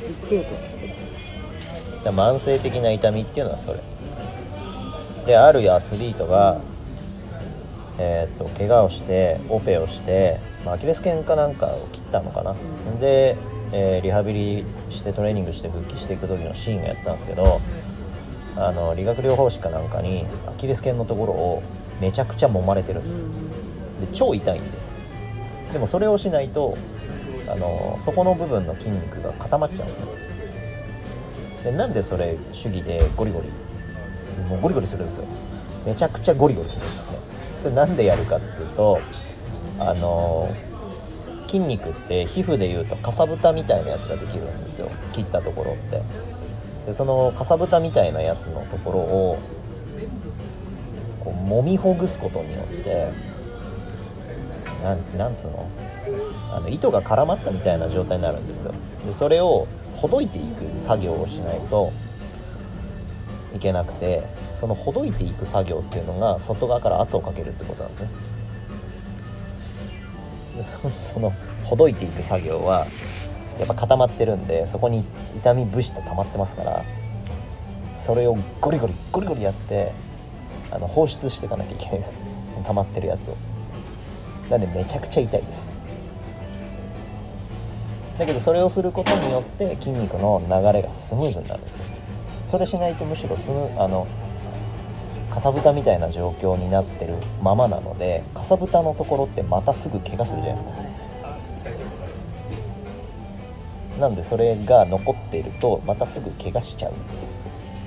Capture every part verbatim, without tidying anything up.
すっごいよくなった。 慢性的な痛みっていうのはそれで、あるアスリートが、えー、と怪我をしてオペをして、まあ、アキレス腱かなんかを切ったのかな、うん、で、えー、リハビリしてトレーニングして復帰していく時のシーンがやってたんですけど、あの理学療法士かなんかにアキレス腱のところをめちゃくちゃ揉まれてるんです。で超痛いんです。でもそれをしないとあのそこの部分の筋肉が固まっちゃうんですよ。でなんでそれ主義でゴリゴリもうゴリゴリするんですよ。めちゃくちゃゴリゴリするんですね。それなんでやるかっていうと、あの筋肉って皮膚でいうとかさぶたみたいなやつができるんですよ、切ったところって。でそのかさぶたみたいなやつのところをこう揉みほぐすことによってなん、なんつうのあの糸が絡まったみたいな状態になるんですよ。でそれをほどいていく作業をしないといけなくて、そのほどいていく作業っていうのが外側から圧をかけるってことなんですね。で そ, そのほどいていく作業はやっぱ固まってるんで、そこに痛み物質溜まってますから、それをゴリゴリゴリゴリやってあの放出していかなきゃいけないです。溜まってるやつを。なんでめちゃくちゃ痛いです。だけどそれをすることによって筋肉の流れがスムーズになるんですよ。それしないとむしろスムあのかさぶたみたいな状況になってるままなので、かさぶたのところってまたすぐ怪我するじゃないですか。なんでそれが残っているとまたすぐ怪我しちゃうんです。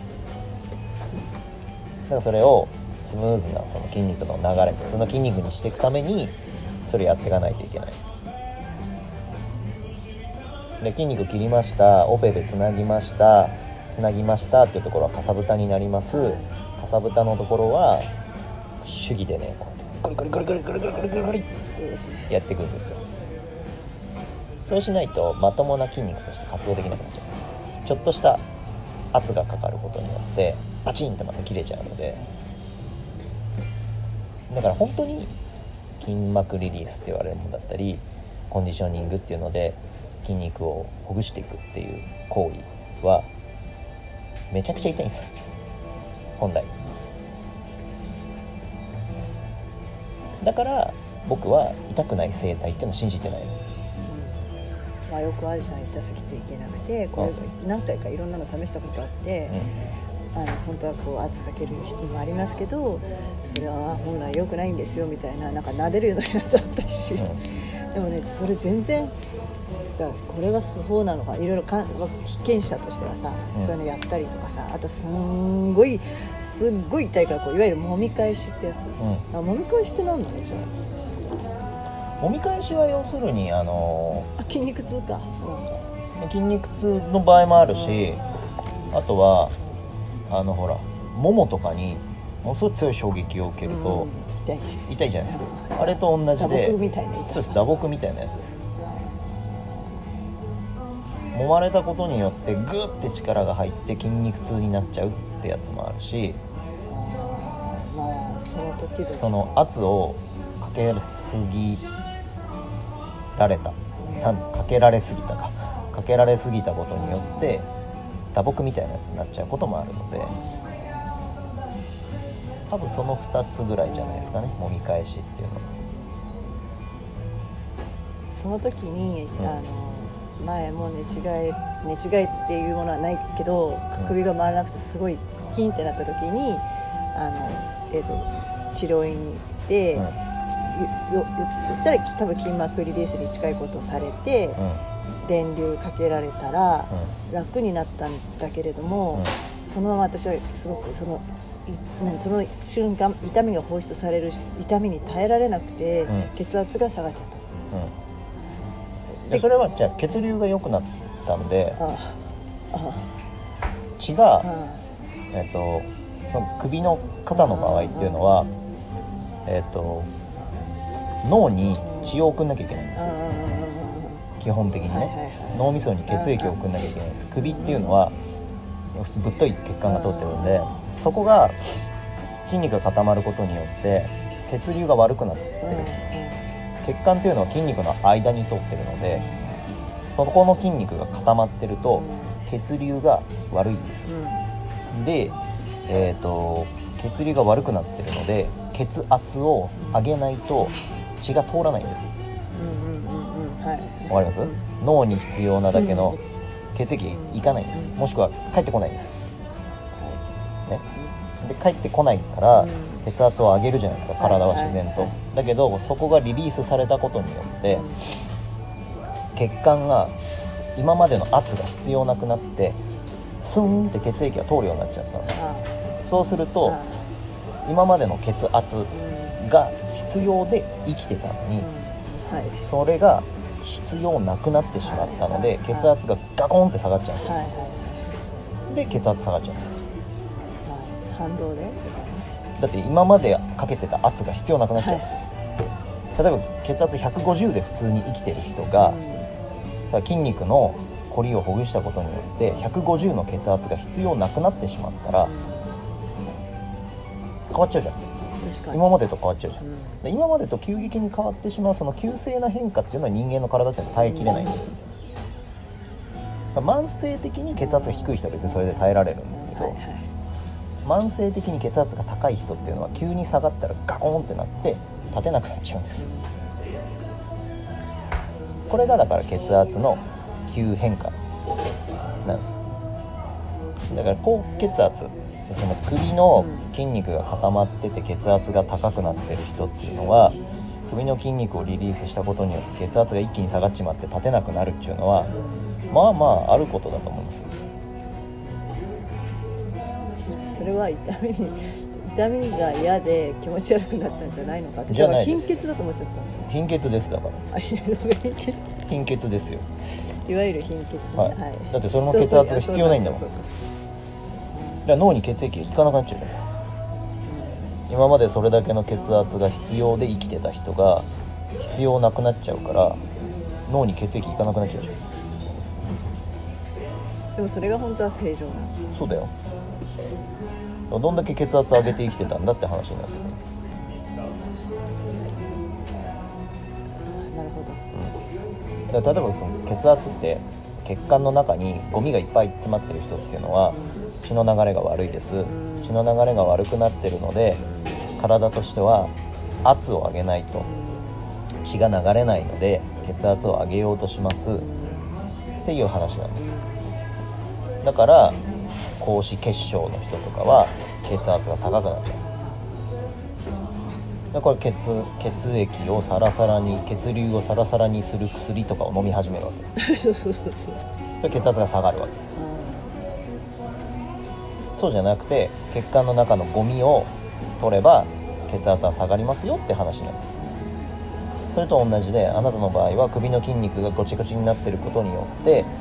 だからそれをスムーズなその筋肉の流れ、その筋肉にしていくためにそれやっていかないといけない。で筋肉切りました、オペでつなぎましたつなぎましたっていうところはかさぶたになります。かさぶたのところは手技でね、こうやってゴリゴリゴリゴリゴリゴリゴリゴリゴリってやっていくんですよ。そうしないとまともな筋肉として活動できなくなっちゃうんですよ。ちょっとした圧がかかることによってパチンとまた切れちゃうので、だから本当に筋膜リリースって言われるものだったりコンディショニングっていうので筋肉をほぐしていくっていう行為はめちゃくちゃ痛いんですよ、本来。だから僕は痛くない整体っていうのを信じてないの。 まあ、よくあるじゃん、痛すぎていけなくて、これ何回かいろんなの試したことあって、うん、あの本当はこう圧かける人もありますけど、それは本来良くないんですよみたいな、なんか撫でるようなやつあったし、うん、でもねそれ全然これがそうなのか、いろいろか被験者としてはさ、うん、そういうのやったりとかさ、あとすんごいすっごい痛いからこういわゆる揉み返しってやつ、うん、あ揉み返しってなんだね、じゃあ揉み返しは要するにあのあ筋肉痛か、 うん、筋肉痛の場合もあるし、うん、あとはあのほらももとかにものすごい強い衝撃を受けると、うん、痛い痛いじゃないですか、うん、あれと同じで打撲みたいな痛さ。 そうです、打撲みたいなやつです。揉まれたことによってグーって力が入って筋肉痛になっちゃうってやつもあるし、 まあその時々 その圧をかけすぎられた、かけられすぎたかかけられすぎたことによって打撲みたいなやつになっちゃうこともあるので、多分そのふたつぐらいじゃないですかね、揉み返しっていうのは。 その時に、うん、あの前も寝違え寝違えっていうものはないけど、首が回らなくてすごいキンってなった時にあの、えーと、治療院に行って、うん、言ったら多分筋膜リリースに近いことをされて、うん、電流かけられたら、うん、楽になったんだけれども、うん、そのまま私はすごくそのその瞬間痛みが放出される痛みに耐えられなくて、うん、血圧が下がっちゃった、うんでそれはじゃあ血流が良くなったんで、あああ血が、あえー、とその首の肩の場合っていうのは、えー、と脳に血を送んなきゃいけないんですよ、基本的にね、はいはいはい、脳みそに血液を送んなきゃいけないんです。首っていうのはぶっとい血管が通ってるんで、そこが筋肉が固まることによって血流が悪くなってる。血管というのは筋肉の間に通ってるので、 そこの筋肉が固まってると血流が悪いんです、 うん、 で、えーと、血流が悪くなってるので血圧を上げないと血が通らないんです。わかります？うん、脳に必要なだけの血液いかないんです、もしくは帰ってこないんです、ね、で帰ってこないから血圧を上げるじゃないですか、体は自然と。だけどそこがリリースされたことによって血管が今までの圧が必要なくなってスーンって血液が通るようになっちゃったので、そうすると今までの血圧が必要で生きてたのに、それが必要なくなってしまったので血圧がガコンって下がっちゃうんですよ、で血圧下がっちゃうんです。 反動でだって今までかけてた圧が必要なくなっちゃう、例えば血圧ひゃくごじゅうで普通に生きてる人が、だから筋肉のこりをほぐしたことによってひゃくごじゅうの血圧が必要なくなってしまったら変わっちゃうじゃん。 確かに今までと変わっちゃうじゃん、うん、で今までと急激に変わってしまうその急性な変化っていうのは人間の体っていうのは耐えきれないんです、うん、慢性的に血圧が低い人は別にそれで耐えられるんですけど、はいはい、慢性的に血圧が高い人っていうのは急に下がったらガコンってなって立てなくなっちゃうんです。これがだから血圧の急変化なんです。だから高血圧、その首の筋肉が固まってて血圧が高くなってる人っていうのは首の筋肉をリリースしたことによって血圧が一気に下がっちまって立てなくなるっていうのはまあまああることだと思うんですよ。 それは痛みに痛みが嫌で気持ち悪くなったんじゃないのか。 じゃないです。 貧血だと思っちゃった。 貧血です。だからあ、貧血貧血ですよ。 いわゆる貧血、ね、 はいはい、だってそれも血圧が必要ないんだもん。だから脳に血液がいかなくなっちゃうから、うん、今までそれだけの血圧が必要で生きてた人が必要なくなっちゃうから脳に血液いかなくなっちゃうじゃん。でもそれが本当は正常なの。 そうだよ。どんだけ血圧上げて生きてたんだって話になってくる。 なるほど、 うん、だから例えばその血圧って血管の中にゴミがいっぱい詰まってる人っていうのは血の流れが悪いです。血の流れが悪くなってるので体としては圧を上げないと血が流れないので血圧を上げようとしますっていう話なんです。だから高脂血症の人とかは血圧が高くなっちゃう。でこれ 血, 血液をサラサラに血流をサラサラにする薬とかを飲み始めるわけそうそうそうそう。 で血圧が下がるわけ。そうじゃなくて血管の中のゴミを取れば血圧は下がりますよって話になる。それと同じであなたの場合は首の筋肉がゴチゴチになっていることによって